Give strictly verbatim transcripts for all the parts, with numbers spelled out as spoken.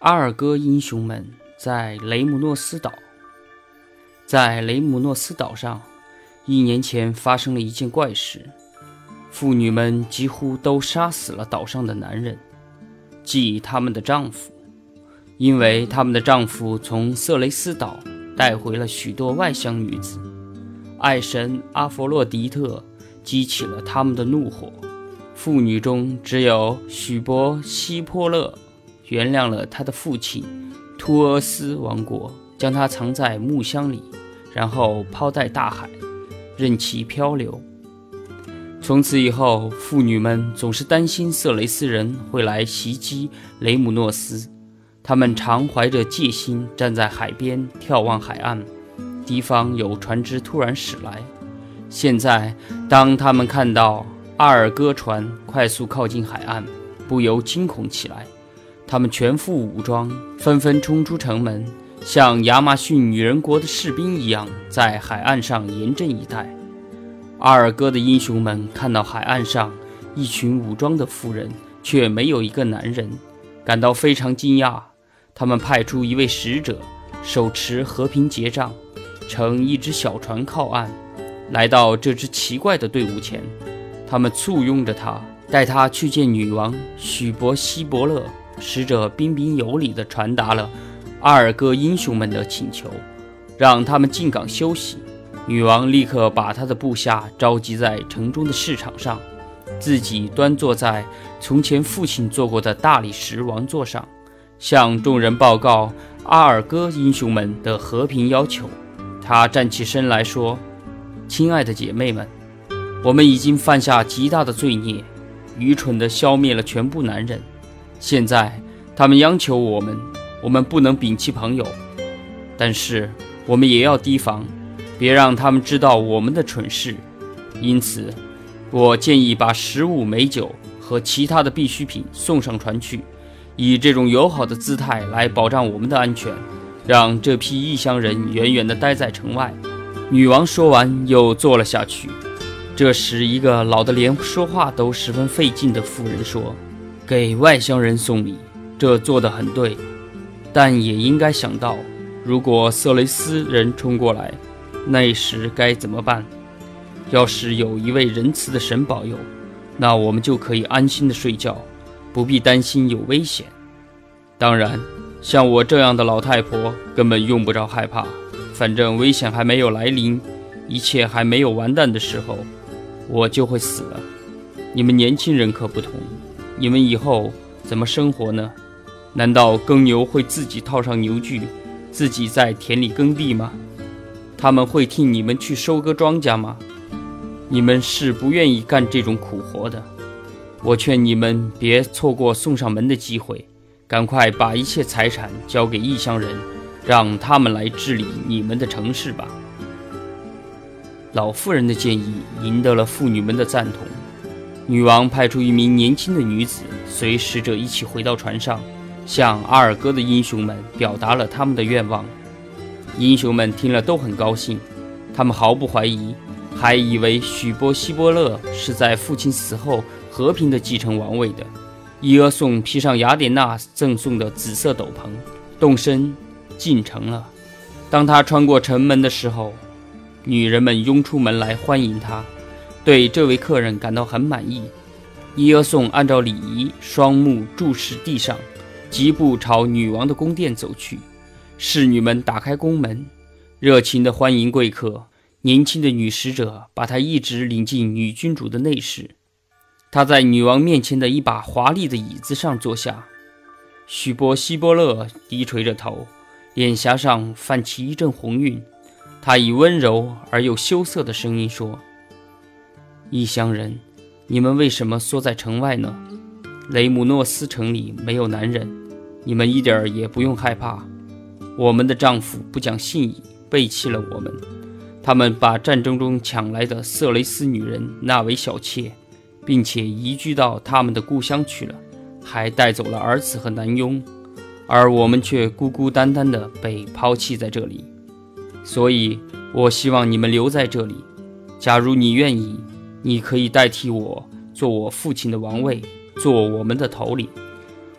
阿尔戈英雄们在雷姆诺斯岛。在雷姆诺斯岛上，一年前发生了一件怪事，妇女们几乎都杀死了岛上的男人，即他们的丈夫，因为他们的丈夫从色雷斯岛带回了许多外乡女子。爱神阿佛洛狄特激起了他们的怒火，妇女中只有许伯希波勒原谅了他的父亲突俄斯王国，将他藏在木箱里，然后抛在大海，任其漂流。从此以后，妇女们总是担心色雷斯人会来袭击雷姆诺斯，他们常怀着戒心站在海边眺望海岸，提防有船只突然驶来。现在当他们看到阿尔戈船快速靠近海岸，不由惊恐起来，他们全副武装，纷纷冲出城门，像亚马逊女人国的士兵一样，在海岸上严阵以待。阿尔戈的英雄们看到海岸上一群武装的妇人，却没有一个男人，感到非常惊讶。他们派出一位使者，手持和平结账，乘一只小船靠岸，来到这支奇怪的队伍前。他们簇拥着他，带他去见女王许伯希伯勒。使者彬彬有礼地传达了阿尔戈英雄们的请求，让他们进港休息。女王立刻把她的部下召集在城中的市场上，自己端坐在从前父亲坐过的大理石王座上，向众人报告阿尔戈英雄们的和平要求。她站起身来说：亲爱的姐妹们，我们已经犯下极大的罪孽，愚蠢地消灭了全部男人。现在他们央求我们，我们不能摒弃朋友，但是我们也要提防，别让他们知道我们的蠢事。因此我建议把食物、美酒和其他的必需品送上船去，以这种友好的姿态来保障我们的安全，让这批异乡人远远地待在城外。女王说完又坐了下去。这时一个老得连说话都十分费劲的妇人说：给外乡人送礼，这做得很对，但也应该想到，如果色雷斯人冲过来，那时该怎么办？要是有一位仁慈的神保佑，那我们就可以安心的睡觉，不必担心有危险。当然，像我这样的老太婆根本用不着害怕，反正危险还没有来临，一切还没有完蛋的时候，我就会死了。你们年轻人可不同，你们以后怎么生活呢？难道耕牛会自己套上牛具，自己在田里耕地吗？他们会替你们去收割庄稼吗？你们是不愿意干这种苦活的。我劝你们别错过送上门的机会，赶快把一切财产交给异乡人，让他们来治理你们的城市吧。老妇人的建议赢得了妇女们的赞同。女王派出一名年轻的女子随使者一起回到船上，向阿尔戈的英雄们表达了他们的愿望。英雄们听了都很高兴，他们毫不怀疑，还以为许伯希波勒是在父亲死后和平地继承王位的。伊俄宋披上雅典娜赠送的紫色斗篷，动身进城了。当他穿过城门的时候，女人们拥出门来欢迎他，对这位客人感到很满意。伊俄宋按照礼仪，双目注视地上，疾步朝女王的宫殿走去。侍女们打开宫门，热情地欢迎贵客。年轻的女使者把她一直领进女君主的内室。她在女王面前的一把华丽的椅子上坐下。许伯希波勒低垂着头，脸颊上泛起一阵红晕。他以温柔而又羞涩的声音说：异乡人，你们为什么缩在城外呢？雷姆诺斯城里没有男人，你们一点儿也不用害怕。我们的丈夫不讲信义，背弃了我们。他们把战争中抢来的色雷斯女人纳为小妾，并且移居到他们的故乡去了，还带走了儿子和男佣，而我们却孤孤单单地被抛弃在这里。所以我希望你们留在这里。假如你愿意，你可以代替我做我父亲的王位，做我们的头领。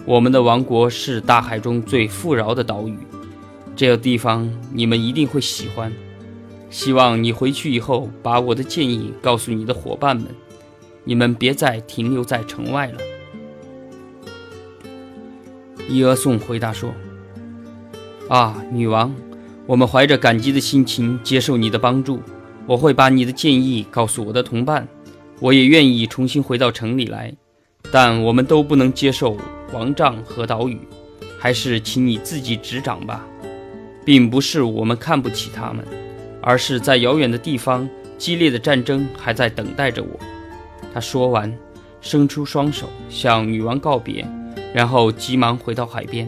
我们的王国是大海中最富饶的岛屿，这个地方你们一定会喜欢。希望你回去以后把我的建议告诉你的伙伴们，你们别再停留在城外了。伊俄宋回答说：啊，女王，我们怀着感激的心情接受你的帮助，我会把你的建议告诉我的同伴，我也愿意重新回到城里来，但我们都不能接受王帐和岛屿，还是请你自己执掌吧。并不是我们看不起他们，而是在遥远的地方，激烈的战争还在等待着我。他说完，伸出双手向女王告别，然后急忙回到海边。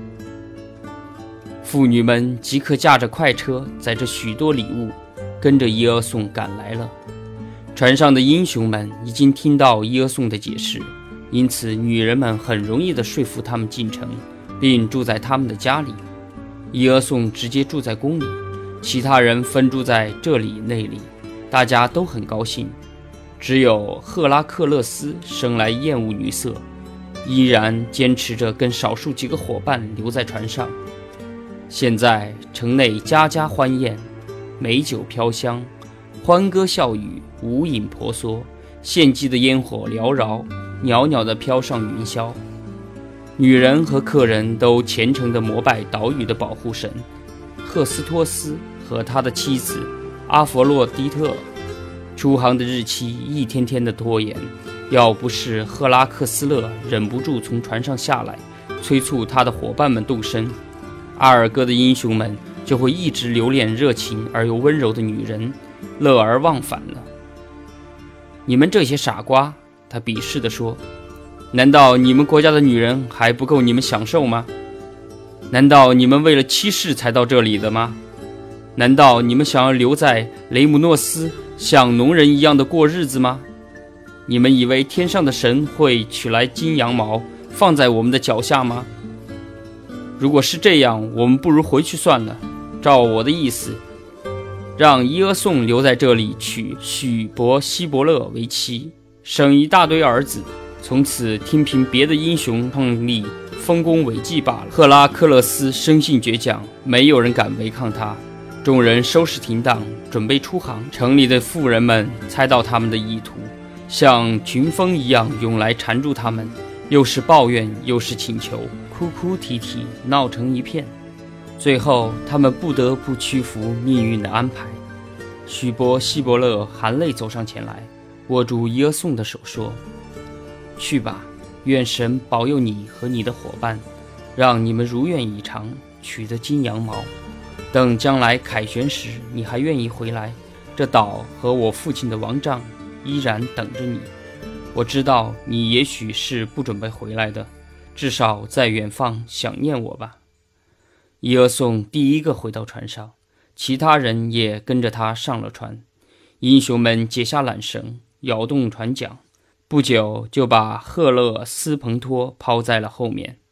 妇女们即刻驾着快车，载着许多礼物，跟着伊俄宋赶来了。船上的英雄们已经听到伊俄宋的解释，因此女人们很容易地说服他们进城，并住在他们的家里。伊俄宋直接住在宫里，其他人分住在这里那里，大家都很高兴。只有赫拉克勒斯生来厌恶女色，依然坚持着跟少数几个伙伴留在船上。现在城内家家欢宴，美酒飘香，欢歌笑语，舞影婆娑，献祭的烟火缭绕，袅袅地飘上云霄。女人和客人都虔诚地膜拜岛屿的保护神赫斯托斯和他的妻子阿佛洛狄特。出航的日期一天天的拖延，要不是赫拉克斯勒忍不住从船上下来，催促他的伙伴们动身，阿尔戈的英雄们就会一直留恋热情而又温柔的女人，乐而忘返了。你们这些傻瓜，他鄙视地说，难道你们国家的女人还不够你们享受吗？难道你们为了妻室才到这里的吗？难道你们想要留在雷姆诺斯像农人一样的过日子吗？你们以为天上的神会取来金羊毛放在我们的脚下吗？如果是这样，我们不如回去算了。照我的意思，让伊俄宋留在这里，娶许伯希伯勒为妻，生一大堆儿子，从此听凭别的英雄创立丰功伟绩罢了。赫拉克勒斯生性倔强，没有人敢违抗他。众人收拾停当，准备出航。城里的妇人们猜到他们的意图，像群蜂一样涌来缠住他们，又是抱怨又是请求，哭哭啼啼，闹成一片。最后他们不得不屈服命运的安排。许伯希伯勒含泪走上前来，握住伊俄宋的手说：去吧，愿神保佑你和你的伙伴，让你们如愿以偿，取得金羊毛。等将来凯旋时，你还愿意回来，这岛和我父亲的王帐依然等着你。我知道你也许是不准备回来的，至少在远方想念我吧。伊俄宋第一个回到船上，其他人也跟着他上了船。英雄们解下缆绳，摇动船桨，不久就把赫勒斯蓬托抛在了后面。